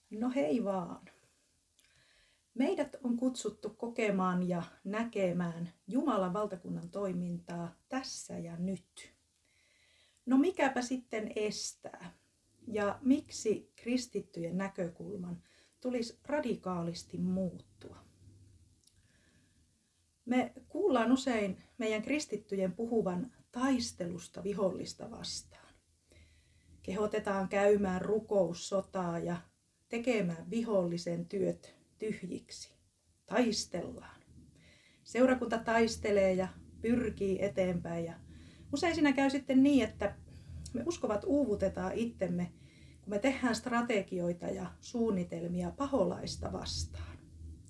No hei vaan. Meidät on kutsuttu kokemaan ja näkemään Jumalan valtakunnan toimintaa tässä ja nyt. No mikäpä sitten estää? Ja miksi kristittyjen näkökulman tulisi radikaalisti muuttua? Me kuullaan usein meidän kristittyjen puhuvan taistelusta vihollista vastaan. Kehotetaan käymään rukoussotaa ja tekemään vihollisen työt tyhjiksi. Taistellaan. Seurakunta taistelee ja pyrkii eteenpäin. Ja usein siinä käy sitten niin, että me uskovat uuvutetaan itsemme, kun me tehdään strategioita ja suunnitelmia paholaista vastaan.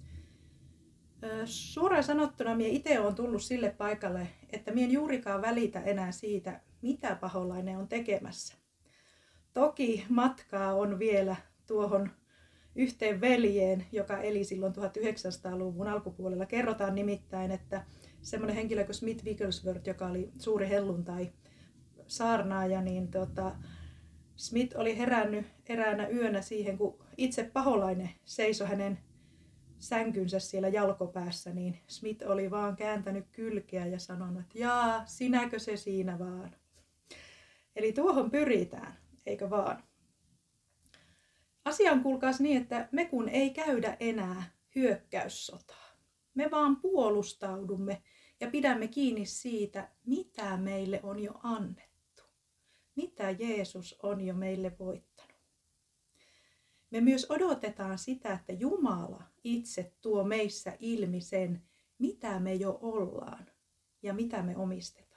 Suoraan sanottuna minä itse olen tullut sille paikalle, että minä en juurikaan välitä enää siitä, mitä paholainen on tekemässä. Toki matkaa on vielä tuohon yhteen veljeen, joka eli silloin 1900-luvun alkupuolella. Kerrotaan nimittäin, että semmoinen henkilö kuin Smith Wigglesworth, joka oli suuri helluntai saarnaaja, niin Smith oli herännyt eräänä yönä siihen, kun itse paholainen seisoi hänen sänkynsä siellä jalkopäässä, niin Smith oli vaan kääntänyt kylkeä ja sanonut, että jaa, sinäkö se siinä vaan. Eli tuohon pyritään, eikö vaan? Asia on kuulkaas niin, että me kun ei käydä enää hyökkäyssotaa. Me vaan puolustaudumme ja pidämme kiinni siitä, mitä meille on jo annettu. Mitä Jeesus on jo meille voittanut. Me myös odotetaan sitä, että Jumala itse tuo meissä ilmi sen, mitä me jo ollaan ja mitä me omistetaan.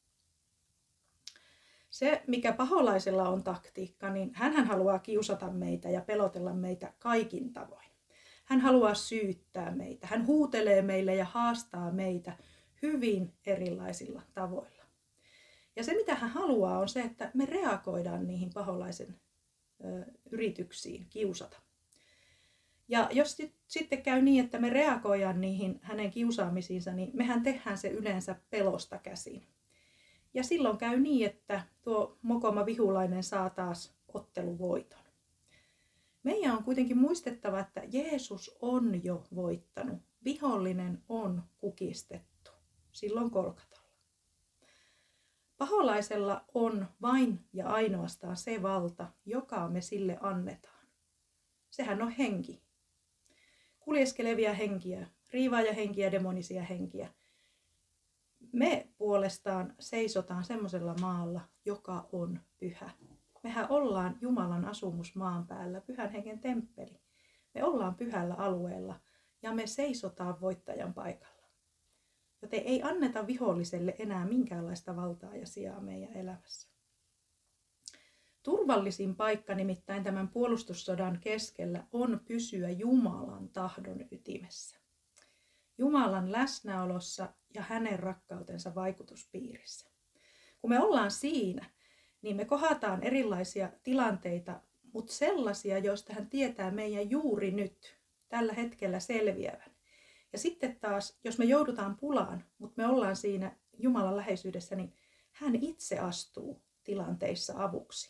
Se, mikä paholaisella on taktiikka, niin hän haluaa kiusata meitä ja pelotella meitä kaikin tavoin. Hän haluaa syyttää meitä, hän huutelee meille ja haastaa meitä hyvin erilaisilla tavoilla. Ja se, mitä hän haluaa, on se, että me reagoidaan niihin paholaisen yrityksiin kiusata. Ja jos sitten käy niin, että me reagoidaan niihin hänen kiusaamisiinsa, niin mehän tehdään se yleensä pelosta käsin. Ja silloin käy niin, että tuo mokoma vihulainen saa taas otteluvoiton. Meidän on kuitenkin muistettava, että Jeesus on jo voittanut. Vihollinen on kukistettu silloin Golgatalla. Paholaisella on vain ja ainoastaan se valta, joka me sille annetaan. Sehän on henki. Kuljeskelevia henkiä, riivaajahenkiä, demonisia henkiä. Me puolestaan seisotaan semmoisella maalla, joka on pyhä. Mehän ollaan Jumalan asumus maan päällä, Pyhän Hengen temppeli. Me ollaan pyhällä alueella ja me seisotaan voittajan paikalla. Joten ei anneta viholliselle enää minkäänlaista valtaa ja sijaa meidän elämässä. Turvallisin paikka nimittäin tämän puolustussodan keskellä on pysyä Jumalan tahdon ytimessä. Jumalan läsnäolossa ja hänen rakkautensa vaikutuspiirissä. Kun me ollaan siinä, niin me kohataan erilaisia tilanteita, mutta sellaisia, joista hän tietää meidän juuri nyt, tällä hetkellä selviävän. Ja sitten taas, jos me joudutaan pulaan, mutta me ollaan siinä Jumalan läheisyydessä, niin hän itse astuu tilanteissa avuksi.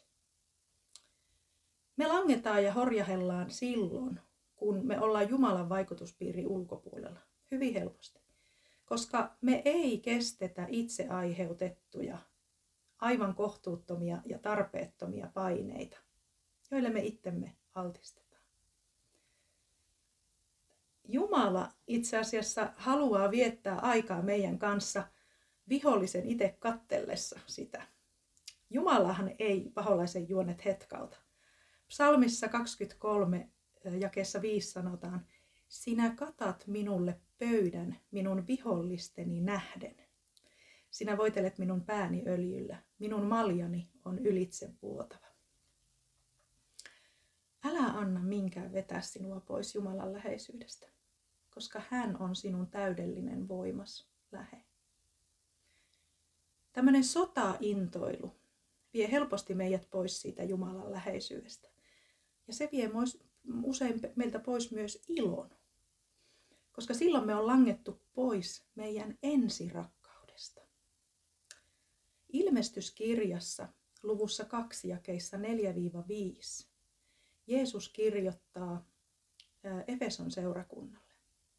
Me langetaan ja horjahellaan silloin, kun me ollaan Jumalan vaikutuspiirin ulkopuolella. Hyvin helposti. Koska me ei kestetä itse aiheutettuja, aivan kohtuuttomia ja tarpeettomia paineita, joille me itsemme altistetaan. Jumala itse asiassa haluaa viettää aikaa meidän kanssa vihollisen itse kattellessa sitä. Jumalahan ei paholaisen juonet hetkauta. Psalmissa 23 jakeessa 5 sanotaan, sinä katat minulle pöydän minun vihollisteni nähden. Sinä voitelet minun pääni öljyllä, minun maljani on ylitse vuotava. Älä anna minkään vetää sinua pois Jumalan läheisyydestä, koska hän on sinun täydellinen voimas lähe. Tämmöinen sotaintoilu vie helposti meidät pois siitä Jumalan läheisyydestä. Ja se vie usein meiltä pois myös ilon. Koska silloin me on langettu pois meidän ensirakkaudesta. Ilmestyskirjassa luvussa 2 jakeissa 4-5 Jeesus kirjoittaa Efeson seurakunnalle.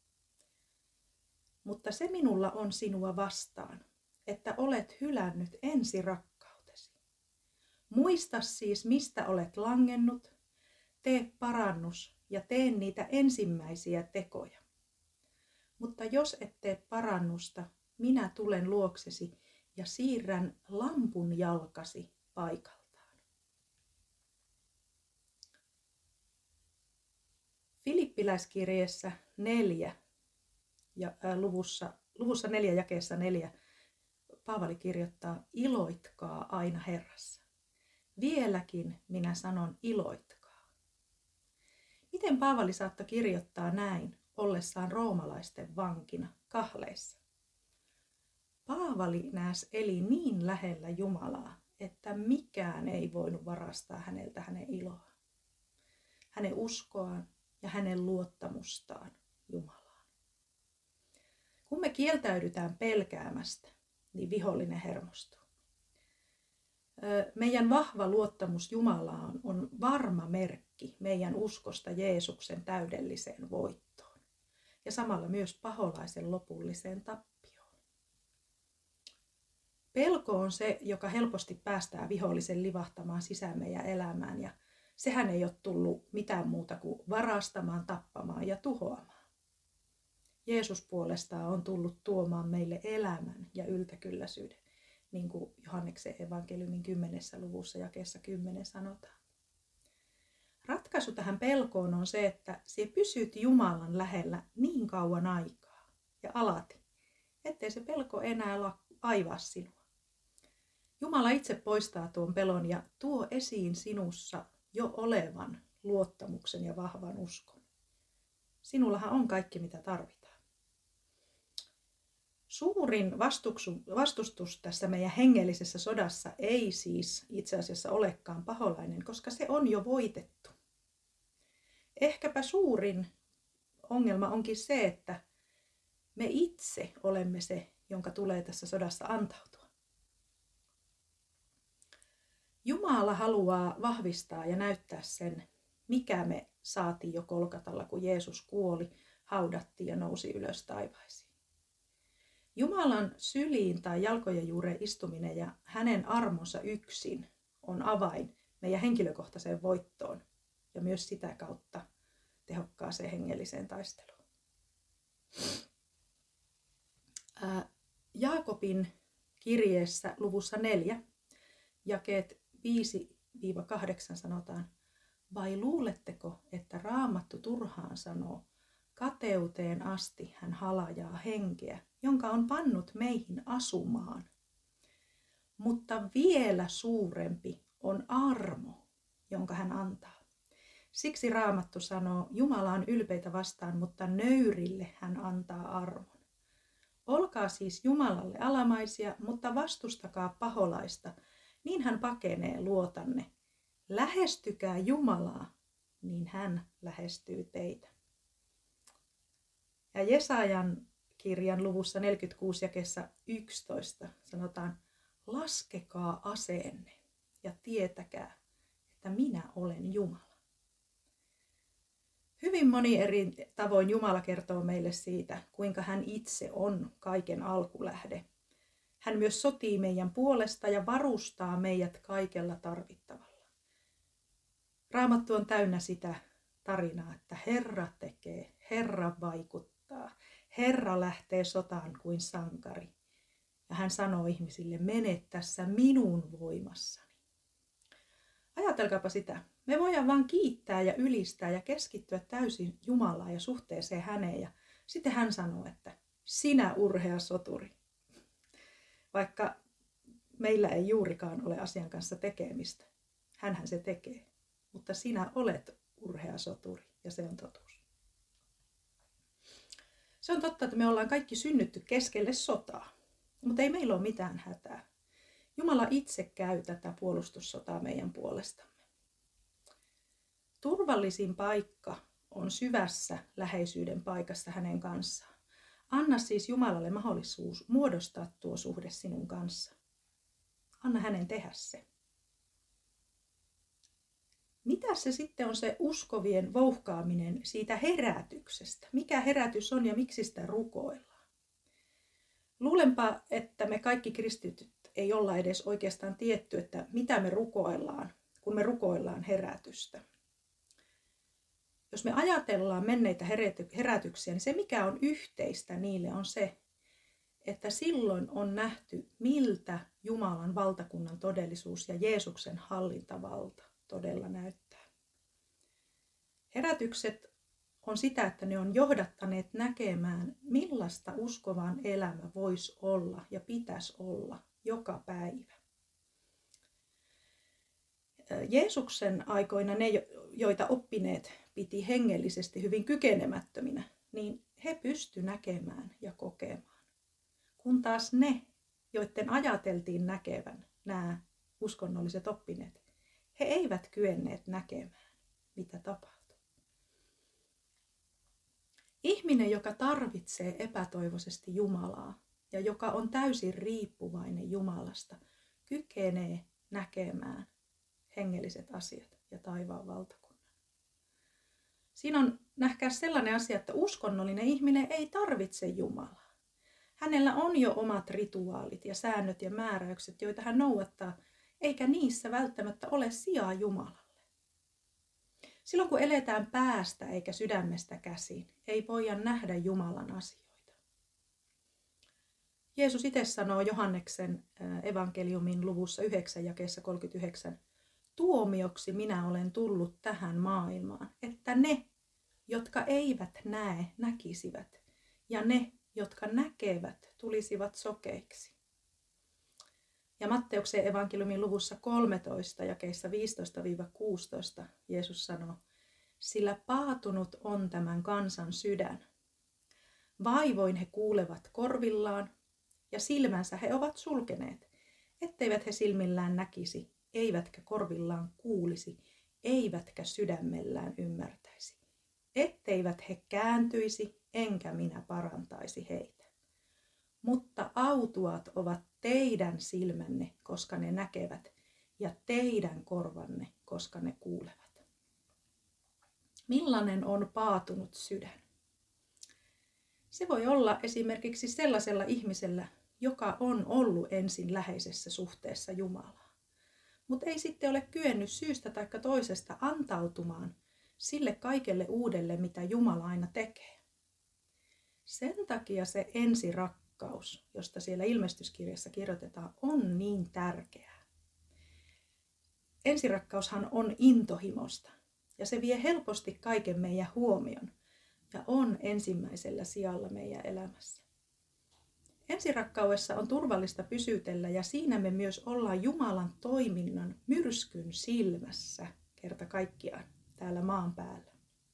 Mutta se minulla on sinua vastaan, että olet hylännyt ensirakkautesi. Muista siis, mistä olet langennut, tee parannus ja tee niitä ensimmäisiä tekoja. Mutta jos et tee parannusta, minä tulen luoksesi ja siirrän lampun jalkasi paikaltaan. Filippiläiskirjeessä 4 ja luvussa 4 jakeessa 4 Paavali kirjoittaa, iloitkaa aina Herrassa. Vieläkin minä sanon, iloitkaa. Miten Paavali saattoi kirjoittaa näin ollessaan roomalaisten vankina kahleissa? Paavali nääs eli niin lähellä Jumalaa, että mikään ei voinut varastaa häneltä hänen iloaan, hänen uskoaan ja hänen luottamustaan Jumalaan. Kun me kieltäydytään pelkäämästä, niin vihollinen hermostuu. Meidän vahva luottamus Jumalaan on varma merkki meidän uskosta Jeesuksen täydelliseen voittoon ja samalla myös paholaisen lopulliseen tappioon. Pelko on se, joka helposti päästää vihollisen livahtamaan sisään meidän elämään ja sehän ei ole tullut mitään muuta kuin varastamaan, tappamaan ja tuhoamaan. Jeesus puolestaan on tullut tuomaan meille elämän ja yltäkylläisyyden, niin kuin Johanneksen evankeliumin 10. luvussa jakeessa 10 sanotaan. Ratkaisu tähän pelkoon on se, että sinä pysyt Jumalan lähellä niin kauan aikaa ja alati, ettei se pelko enää aivaa sinua. Jumala itse poistaa tuon pelon ja tuo esiin sinussa jo olevan luottamuksen ja vahvan uskon. Sinullahan on kaikki, mitä tarvitaan. Suurin vastustus tässä meidän hengellisessä sodassa ei siis itse asiassa olekaan paholainen, koska se on jo voitettu. Ehkäpä suurin ongelma onkin se, että me itse olemme se, jonka tulee tässä sodassa antautua. Jumala haluaa vahvistaa ja näyttää sen, mikä me saatiin jo Kolkatalla, kun Jeesus kuoli, haudattiin ja nousi ylös taivaisiin. Jumalan syliin tai jalkojen juureen istuminen ja hänen armonsa yksin on avain meidän henkilökohtaiseen voittoon ja myös sitä kautta tehokkaaseen hengelliseen taisteluun. Jaakobin kirjeessä luvussa 4, jakeet 5-8 sanotaan, vai luuletteko, että Raamattu turhaan sanoo, kateuteen asti hän halajaa henkeä, jonka on pannut meihin asumaan. Mutta vielä suurempi on armo, jonka hän antaa. Siksi Raamattu sanoo, Jumala on ylpeitä vastaan, mutta nöyrille hän antaa armon. Olkaa siis Jumalalle alamaisia, mutta vastustakaa paholaista, niin hän pakenee luotanne. Lähestykää Jumalaa, niin hän lähestyy teitä. Ja Jesajan kirjan luvussa 46 jakeessa 11 sanotaan, laskekaa aseenne ja tietäkää, että minä olen Jumala. Hyvin moni eri tavoin Jumala kertoo meille siitä, kuinka hän itse on kaiken alkulähde. Hän myös sotii meidän puolesta ja varustaa meidät kaikella tarvittavalla. Raamattu on täynnä sitä tarinaa, että Herra tekee, Herra vaikuttaa, Herra lähtee sotaan kuin sankari. Ja hän sanoo ihmisille, mene tässä minun voimassani. Ajatelkaapa sitä. Me voidaan vaan kiittää ja ylistää ja keskittyä täysin Jumalaan ja suhteeseen häneen. Ja sitten hän sanoo, että sinä urhea soturi. Vaikka meillä ei juurikaan ole asian kanssa tekemistä. Hänhän se tekee. Mutta sinä olet urhea soturi ja se on totuus. Se on totta, että me ollaan kaikki synnytty keskelle sotaa. Mutta ei meillä ole mitään hätää. Jumala itse käy tätä puolustussotaa meidän puolestamme. Turvallisin paikka on syvässä läheisyyden paikassa hänen kanssaan. Anna siis Jumalalle mahdollisuus muodostaa tuo suhde sinun kanssa. Anna hänen tehdä se. Mitä se sitten on se uskovien vouhkaaminen siitä herätyksestä? Mikä herätys on ja miksi sitä rukoillaan? Luulenpa, että me kaikki kristityt ei olla edes oikeastaan tietty, että mitä me rukoillaan, kun me rukoillaan herätystä. Jos me ajatellaan menneitä herätyksiä, niin se mikä on yhteistä niille on se, että silloin on nähty, miltä Jumalan valtakunnan todellisuus ja Jeesuksen hallintavalta todella näyttää. Herätykset on sitä, että ne on johdattaneet näkemään, millaista uskovan elämä voisi olla ja pitäisi olla joka päivä. Jeesuksen aikoina ne, joita oppineet piti hengellisesti hyvin kykenemättöminä, niin he pysty näkemään ja kokemaan. Kun taas ne, joiden ajateltiin näkevän nämä uskonnolliset oppineet, he eivät kyenneet näkemään, mitä tapahtuu. Ihminen, joka tarvitsee epätoivoisesti Jumalaa ja joka on täysin riippuvainen Jumalasta, kykenee näkemään hengelliset asiat ja taivaan valtakunnan. Siinä on nähkää sellainen asia, että uskonnollinen ihminen ei tarvitse Jumalaa. Hänellä on jo omat rituaalit ja säännöt ja määräykset, joita hän noudattaa, eikä niissä välttämättä ole sijaa Jumalalle. Silloin kun eletään päästä eikä sydämestä käsin, ei voida nähdä Jumalan asioita. Jeesus itse sanoo Johanneksen evankeliumin luvussa 9 jakeessa 39, tuomioksi minä olen tullut tähän maailmaan, että ne, jotka eivät näe, näkisivät, ja ne, jotka näkevät, tulisivat sokeiksi. Ja Matteuksen evankeliumin luvussa 13 jakeissa 15-16 Jeesus sanoo, sillä paatunut on tämän kansan sydän. Vaivoin he kuulevat korvillaan ja silmänsä he ovat sulkeneet, etteivät he silmillään näkisi, eivätkä korvillaan kuulisi, eivätkä sydämellään ymmärtäisi. Etteivät he kääntyisi, enkä minä parantaisi heitä. Mutta autuat ovat teidän silmänne, koska ne näkevät, ja teidän korvanne, koska ne kuulevat. Millainen on paatunut sydän? Se voi olla esimerkiksi sellaisella ihmisellä, joka on ollut ensin läheisessä suhteessa Jumalaan, mutta ei sitten ole kyennyt syystä tai toisesta antautumaan sille kaikelle uudelle, mitä Jumala aina tekee. Sen takia se ensirakkaus, josta siellä ilmestyskirjassa kirjoitetaan, on niin tärkeää. Ensirakkaushan on intohimosta ja se vie helposti kaiken meidän huomion ja on ensimmäisellä sijalla meidän elämässä. Ensirakkaudessa on turvallista pysytellä ja siinä me myös ollaan Jumalan toiminnan myrskyn silmässä kerta kaikkiaan täällä maan päällä.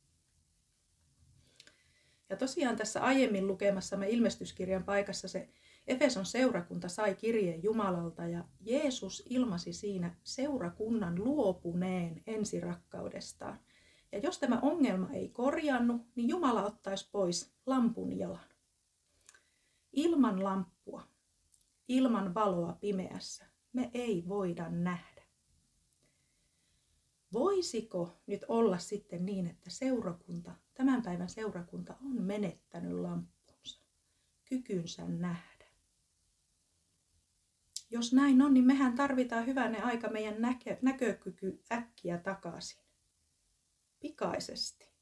Ja tosiaan tässä aiemmin lukemassamme ilmestyskirjan paikassa se Efeson seurakunta sai kirjeen Jumalalta ja Jeesus ilmaisi siinä seurakunnan luopuneen ensirakkaudestaan. Ja jos tämä ongelma ei korjannu, niin Jumala ottaisi pois lampun jalan. Ilman lamppua, ilman valoa pimeässä me ei voida nähdä. Voisiko nyt olla sitten niin, että seurakunta, tämän päivän seurakunta on menettänyt lamppunsa, kykynsä nähdä? Jos näin on, niin mehän tarvitaan hyvänä aika meidän näkökyky äkkiä takaisin. Pikaisesti.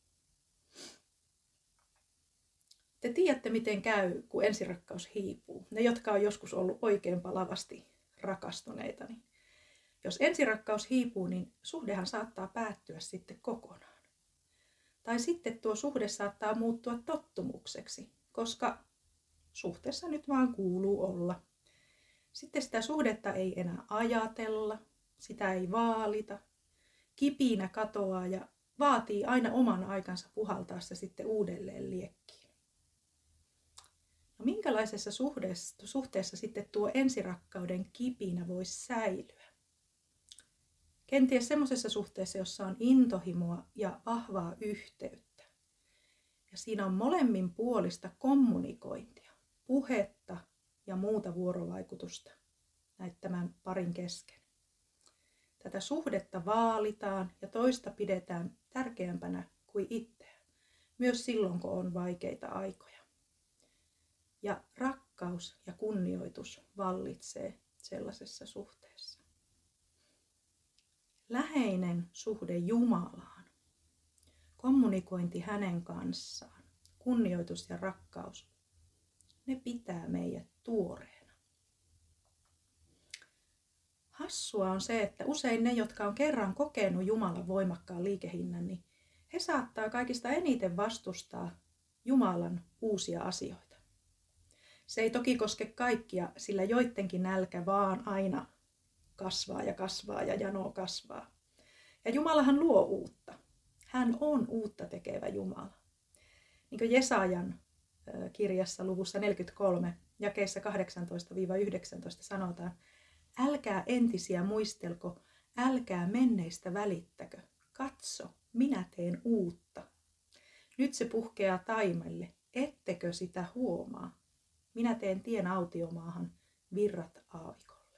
Te tiedätte, miten käy, kun ensirakkaus hiipuu. Ne, jotka on joskus ollut oikein palavasti rakastuneita, niin jos ensirakkaus hiipuu, niin suhdehan saattaa päättyä sitten kokonaan. Tai sitten tuo suhde saattaa muuttua tottumukseksi, koska suhteessa nyt vaan kuuluu olla. Sitten sitä suhdetta ei enää ajatella, sitä ei vaalita, kipinä katoaa ja vaatii aina oman aikansa puhaltaa se sitten uudelleen liekkiin. No minkälaisessa suhteessa sitten tuo ensirakkauden kipinä voisi säilyä? Kenties semmoisessa suhteessa, jossa on intohimoa ja vahvaa yhteyttä. Ja siinä on molemmin puolista kommunikointia, puhetta ja muuta vuorovaikutusta tämän parin kesken. Tätä suhdetta vaalitaan ja toista pidetään tärkeämpänä kuin itseä, myös silloin kun on vaikeita aikoja. Ja rakkaus ja kunnioitus vallitsee sellaisessa suhteessa. Läheinen suhde Jumalaan, kommunikointi hänen kanssaan, kunnioitus ja rakkaus, ne pitää meidät tuoreena. Hassua on se, että usein ne, jotka on kerran kokenut Jumalan voimakkaan liikehinnan, niin he saattaa kaikista eniten vastustaa Jumalan uusia asioita. Se ei toki koske kaikkia, sillä joidenkin nälkä vaan aina kasvaa ja kasvaa ja jano kasvaa. Ja Jumalahan luo uutta. Hän on uutta tekevä Jumala. Niin kuin Jesajan kirjassa luvussa 43, jakeissa 18-19 sanotaan, älkää entisiä muistelko, älkää menneistä välittäkö. Katso, minä teen uutta. Nyt se puhkeaa taimelle, ettekö sitä huomaa? Minä teen tien autiomaahan, virrat aavikolle.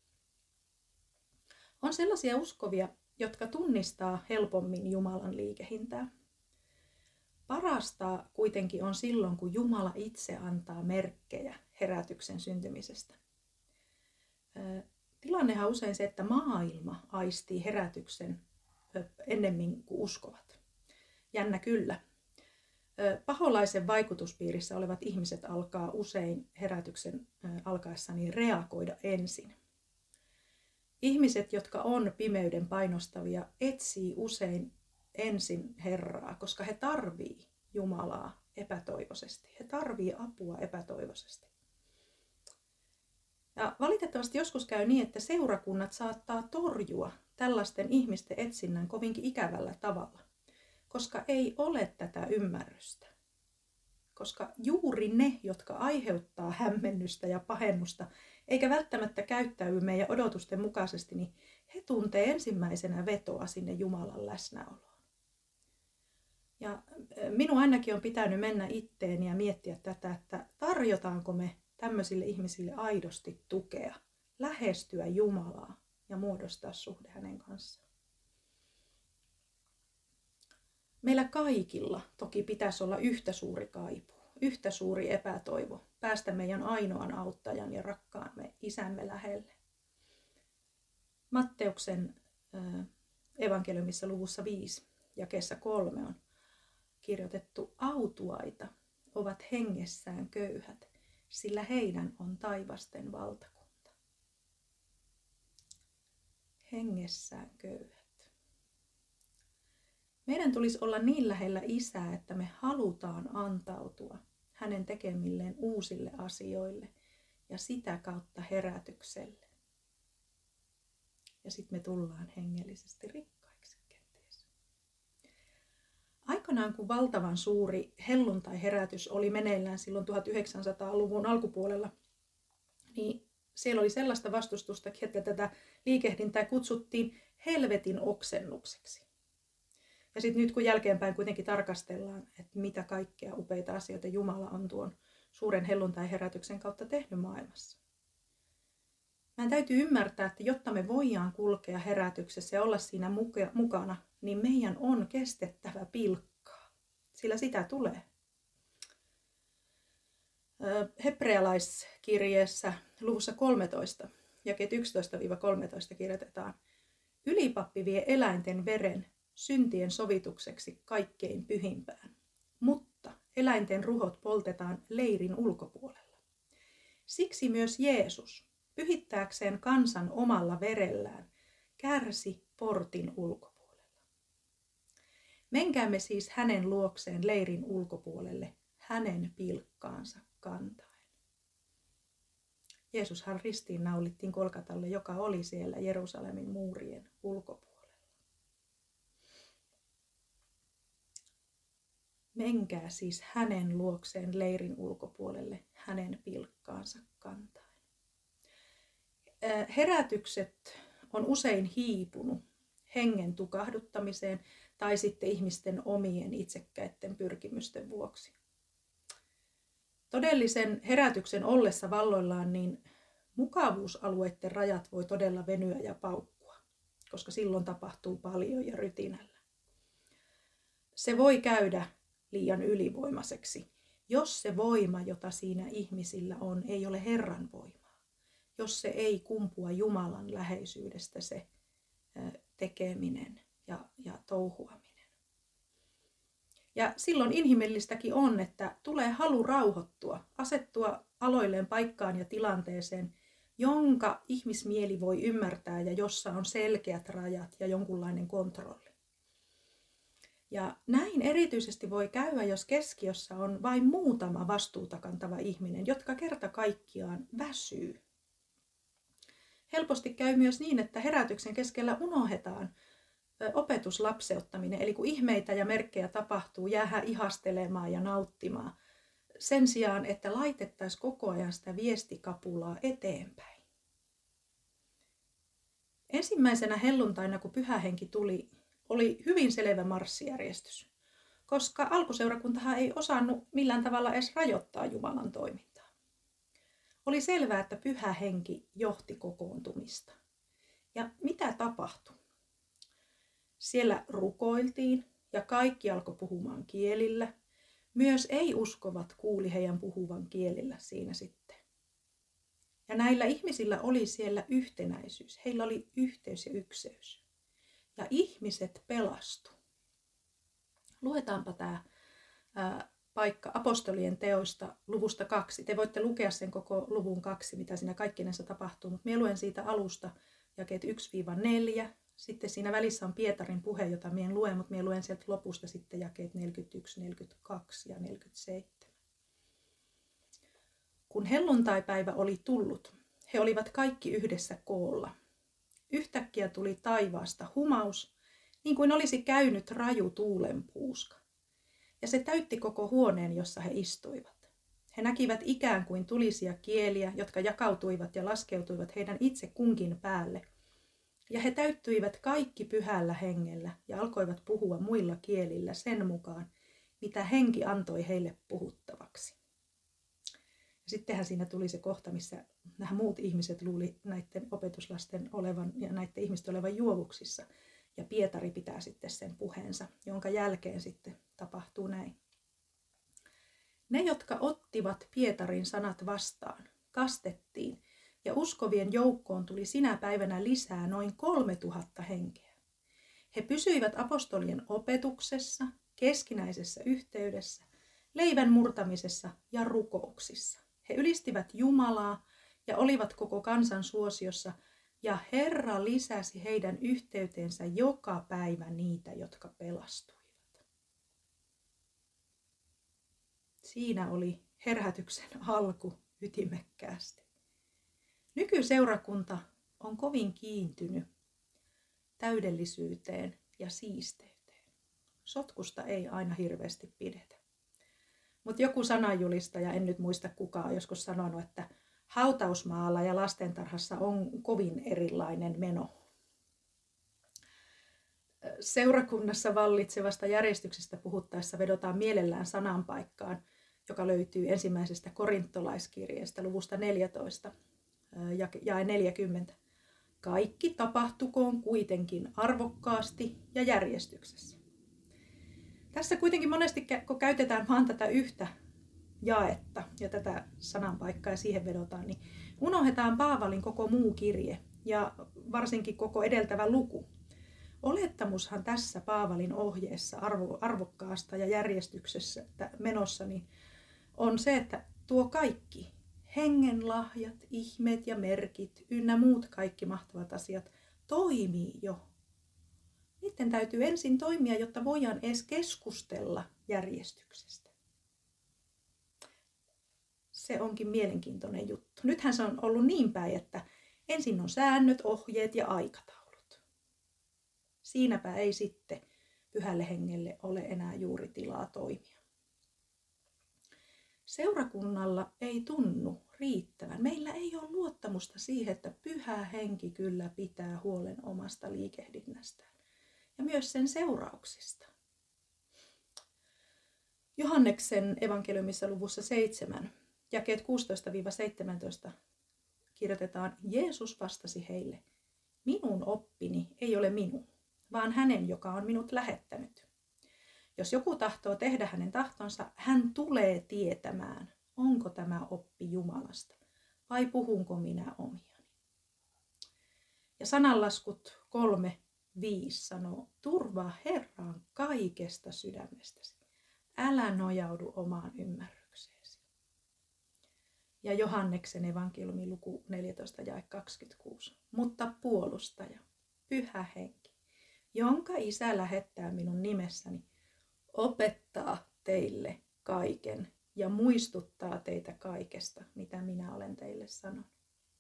On sellaisia uskovia, jotka tunnistaa helpommin Jumalan liikehintää. Parasta kuitenkin on silloin, kun Jumala itse antaa merkkejä herätyksen syntymisestä. Tilannehan on usein se, että maailma aistii herätyksen ennemmin kuin uskovat. Jännä kyllä. Paholaisen vaikutuspiirissä olevat ihmiset alkaa usein herätyksen alkaessa niin reagoida ensin. Ihmiset, jotka on pimeyden painostavia, etsii usein ensin Herraa, koska he tarvii Jumalaa epätoivoisesti. He tarvii apua epätoivoisesti. Ja valitettavasti joskus käy niin, että seurakunnat saattaa torjua tällaisten ihmisten etsinnän kovinkin ikävällä tavalla, koska ei ole tätä ymmärrystä. Koska juuri ne, jotka aiheuttaa hämmennystä ja pahennusta, eikä välttämättä käyttäydy meidän odotusten mukaisesti, niin he tuntee ensimmäisenä vetoa sinne Jumalan läsnäoloon. Ja minun ainakin on pitänyt mennä itteeni ja miettiä tätä, että tarjotaanko me tämmöisille ihmisille aidosti tukea, lähestyä Jumalaa ja muodostaa suhde hänen kanssaan. Meillä kaikilla toki pitäisi olla yhtä suuri kaipuu, yhtä suuri epätoivo, päästä meidän ainoan auttajan ja rakkaamme isämme lähelle. Matteuksen evankeliumissa luvussa 5, jakeessa 3 on kirjoitettu, autuaita ovat hengessään köyhät, sillä heidän on taivasten valtakunta. Hengessään köyhät. Meidän tulisi olla niin lähellä Isää, että me halutaan antautua hänen tekemilleen uusille asioille ja sitä kautta herätykselle. Ja sitten me tullaan hengellisesti rikkaiksi kenties. Aikanaan kun valtavan suuri helluntai-herätys oli meneillään silloin 1900-luvun alkupuolella, niin siellä oli sellaista vastustustakin, että tätä liikehdintää kutsuttiin helvetin oksennukseksi. Ja sitten nyt kun jälkeenpäin kuitenkin tarkastellaan, että mitä kaikkea upeita asioita Jumala on tuon suuren helluntai-herätyksen kautta tehnyt maailmassa. Meidän täytyy ymmärtää, että jotta me voidaan kulkea herätyksessä ja olla siinä mukana, niin meidän on kestettävä pilkkaa, sillä sitä tulee. Hebrealaiskirjeessä luvussa 13, jakeet 11-13 kirjoitetaan, ylipappi vie eläinten veren syntien sovitukseksi kaikkein pyhimpään, mutta eläinten ruhot poltetaan leirin ulkopuolella. Siksi myös Jeesus, pyhittääkseen kansan omalla verellään, kärsi portin ulkopuolella. Menkäämme siis hänen luokseen leirin ulkopuolelle, hänen pilkkaansa kantaen. Jeesushan ristiin naulittiin Golgatalle, joka oli siellä Jerusalemin muurien ulkopuolella. Menkää siis hänen luokseen leirin ulkopuolelle, hänen pilkkaansa kantaen. Herätykset on usein hiipunut hengen tukahduttamiseen tai sitten ihmisten omien itsekkäiden pyrkimysten vuoksi. Todellisen herätyksen ollessa valloillaan, niin mukavuusalueiden rajat voi todella venyä ja paukkua. koska silloin tapahtuu paljon ja rytinällä. Se voi käydä liian ylivoimaiseksi, jos se voima, jota siinä ihmisillä on, ei ole Herran voimaa. Jos se ei kumpua Jumalan läheisyydestä se tekeminen ja touhuaminen. Ja silloin inhimillistäkin on, että tulee halu rauhoittua, asettua aloilleen paikkaan ja tilanteeseen, jonka ihmismieli voi ymmärtää ja jossa on selkeät rajat ja jonkunlainen kontrolli. Ja näin erityisesti voi käydä, jos keskiössä on vain muutama vastuuta kantava ihminen, jotka kerta kaikkiaan väsyy. Helposti käy myös niin, että herätyksen keskellä unohdetaan opetuslapseuttaminen, eli kun ihmeitä ja merkkejä tapahtuu, jäädään ihastelemaan ja nauttimaan, sen sijaan, että laitettaisiin koko ajan sitä viestikapulaa eteenpäin. Ensimmäisenä helluntaina, kun Pyhä Henki tuli, oli hyvin selvä marssijärjestys, koska alkuseurakuntahan ei osannut millään tavalla edes rajoittaa Jumalan toimintaa. Oli selvää, että Pyhä Henki johti kokoontumista. Ja mitä tapahtui? Siellä rukoiltiin ja kaikki alkoi puhumaan kielillä. Myös ei-uskovat kuuli heidän puhuvan kielillä siinä sitten. Ja näillä ihmisillä oli siellä yhtenäisyys. Heillä oli yhteys ja ykseys. Ja ihmiset pelastu. Luetaanpa tämä paikka apostolien teoista luvusta 2. Te voitte lukea sen koko luvun 2, mitä siinä kaikkinensa tapahtuu, mutta minä luen siitä alusta jakeet 1-4. Sitten siinä välissä on Pietarin puhe, jota minä en lue, mutta minä luen sieltä lopusta sitten jakeet 41, 42 ja 47. Kun helluntaipäivä oli tullut, he olivat kaikki yhdessä koolla. Yhtäkkiä tuli taivaasta humaus, niin kuin olisi käynyt raju tuulenpuuska. Ja se täytti koko huoneen, jossa he istuivat. He näkivät ikään kuin tulisia kieliä, jotka jakautuivat ja laskeutuivat heidän itse kunkin päälle. Ja he täyttyivät kaikki Pyhällä Hengellä ja alkoivat puhua muilla kielillä sen mukaan, mitä Henki antoi heille puhuttavaksi. Ja sittenhän siinä tuli se kohta, missä nämä muut ihmiset luuli näiden opetuslasten olevan ja näiden ihmisten olevan juovuksissa. Ja Pietari pitää sitten sen puheensa, jonka jälkeen sitten tapahtuu näin. Ne, jotka ottivat Pietarin sanat vastaan, kastettiin ja uskovien joukkoon tuli sinä päivänä lisää noin 3000 henkeä. He pysyivät apostolien opetuksessa, keskinäisessä yhteydessä, leivän murtamisessa ja rukouksissa. He ylistivät Jumalaa ja olivat koko kansan suosiossa, ja Herra lisäsi heidän yhteyteensä joka päivä niitä, jotka pelastuivat. Siinä oli herätyksen alku ytimekkäästi. Nykyseurakunta on kovin kiintynyt täydellisyyteen ja siisteyteen. Sotkusta ei aina hirveästi pidetä. Mutta joku sananjulistaja, en nyt muista kuka, on joskus sanonut, että hautausmaalla ja lastentarhassa on kovin erilainen meno. Seurakunnassa vallitsevasta järjestyksestä puhuttaessa vedotaan mielellään sananpaikkaan, joka löytyy ensimmäisestä korintolaiskirjeestä luvusta 14, jae 40. Kaikki tapahtukoon kuitenkin arvokkaasti ja järjestyksessä. Tässä kuitenkin monesti, kun käytetään vain tätä yhtä jaetta ja tätä sananpaikkaa ja siihen vedotaan, niin unohdetaan Paavalin koko muu kirje ja varsinkin koko edeltävä luku. Olettamushan tässä Paavalin ohjeessa arvokkaasta ja järjestyksessä menossa niin on se, että tuo kaikki, hengen lahjat, ihmeet ja merkit ynnä muut kaikki mahtavat asiat toimii jo. Niiden täytyy ensin toimia, jotta voidaan edes keskustella järjestyksestä. Se onkin mielenkiintoinen juttu. Nythän se on ollut niin päin, että ensin on säännöt, ohjeet ja aikataulut. Siinäpä ei sitten Pyhälle Hengelle ole enää juuri tilaa toimia. Seurakunnalla ei tunnu riittävän. Meillä ei ole luottamusta siihen, että Pyhä Henki kyllä pitää huolen omasta liikehdinnästään ja myös sen seurauksista. Johanneksen evankeliumissa luvussa 7, jakeet 16-17 kirjoitetaan, Jeesus vastasi heille, minun oppini ei ole minun, vaan hänen, joka on minut lähettänyt. Jos joku tahtoo tehdä hänen tahtonsa, hän tulee tietämään, onko tämä oppi Jumalasta vai puhunko minä omiani. Ja sananlaskut 3:5 sanoo, turvaa Herraan kaikesta sydämestäsi. Älä nojaudu omaan ymmärrykseesi. Ja Johanneksen evankeliumi luku 14 jae 26. Mutta puolustaja, Pyhä Henki, jonka Isä lähettää minun nimessäni, opettaa teille kaiken ja muistuttaa teitä kaikesta, mitä minä olen teille sanonut.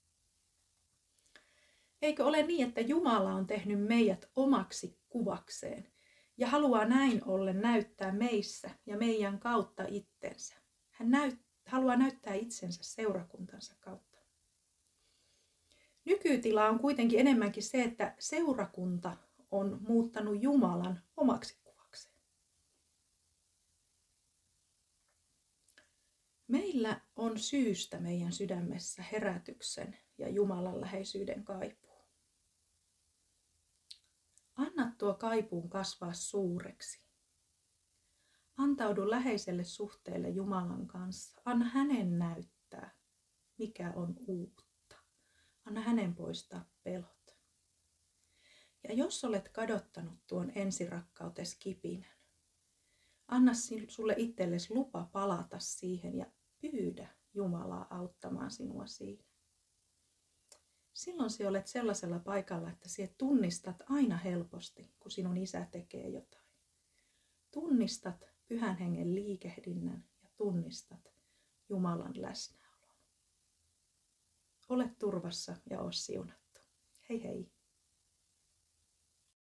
Eikö ole niin, että Jumala on tehnyt meidät omaksi kuvakseen ja haluaa näin ollen näyttää meissä ja meidän kautta itsensä? Hän haluaa näyttää itsensä seurakuntansa kautta. Nykytila on kuitenkin enemmänkin se, että seurakunta on muuttanut Jumalan omaksi kuvakseen. Meillä on syystä meidän sydämessä herätyksen ja Jumalan läheisyyden kaipuu. Anna tuo kaipuun kasvaa suureksi. Antaudu läheiselle suhteelle Jumalan kanssa. Anna hänen näyttää, mikä on uutta. Anna hänen poistaa pelot. Ja jos olet kadottanut tuon ensirakkautes kipinän, anna sulle itsellesi lupa palata siihen ja pyydä Jumalaa auttamaan sinua siinä. Silloin sinä olet sellaisella paikalla, että sinä tunnistat aina helposti, kun sinun isä tekee jotain. Tunnistat Pyhän Hengen liikehdinnän ja tunnistat Jumalan läsnäolon. Ole turvassa ja ole siunattu. Hei hei!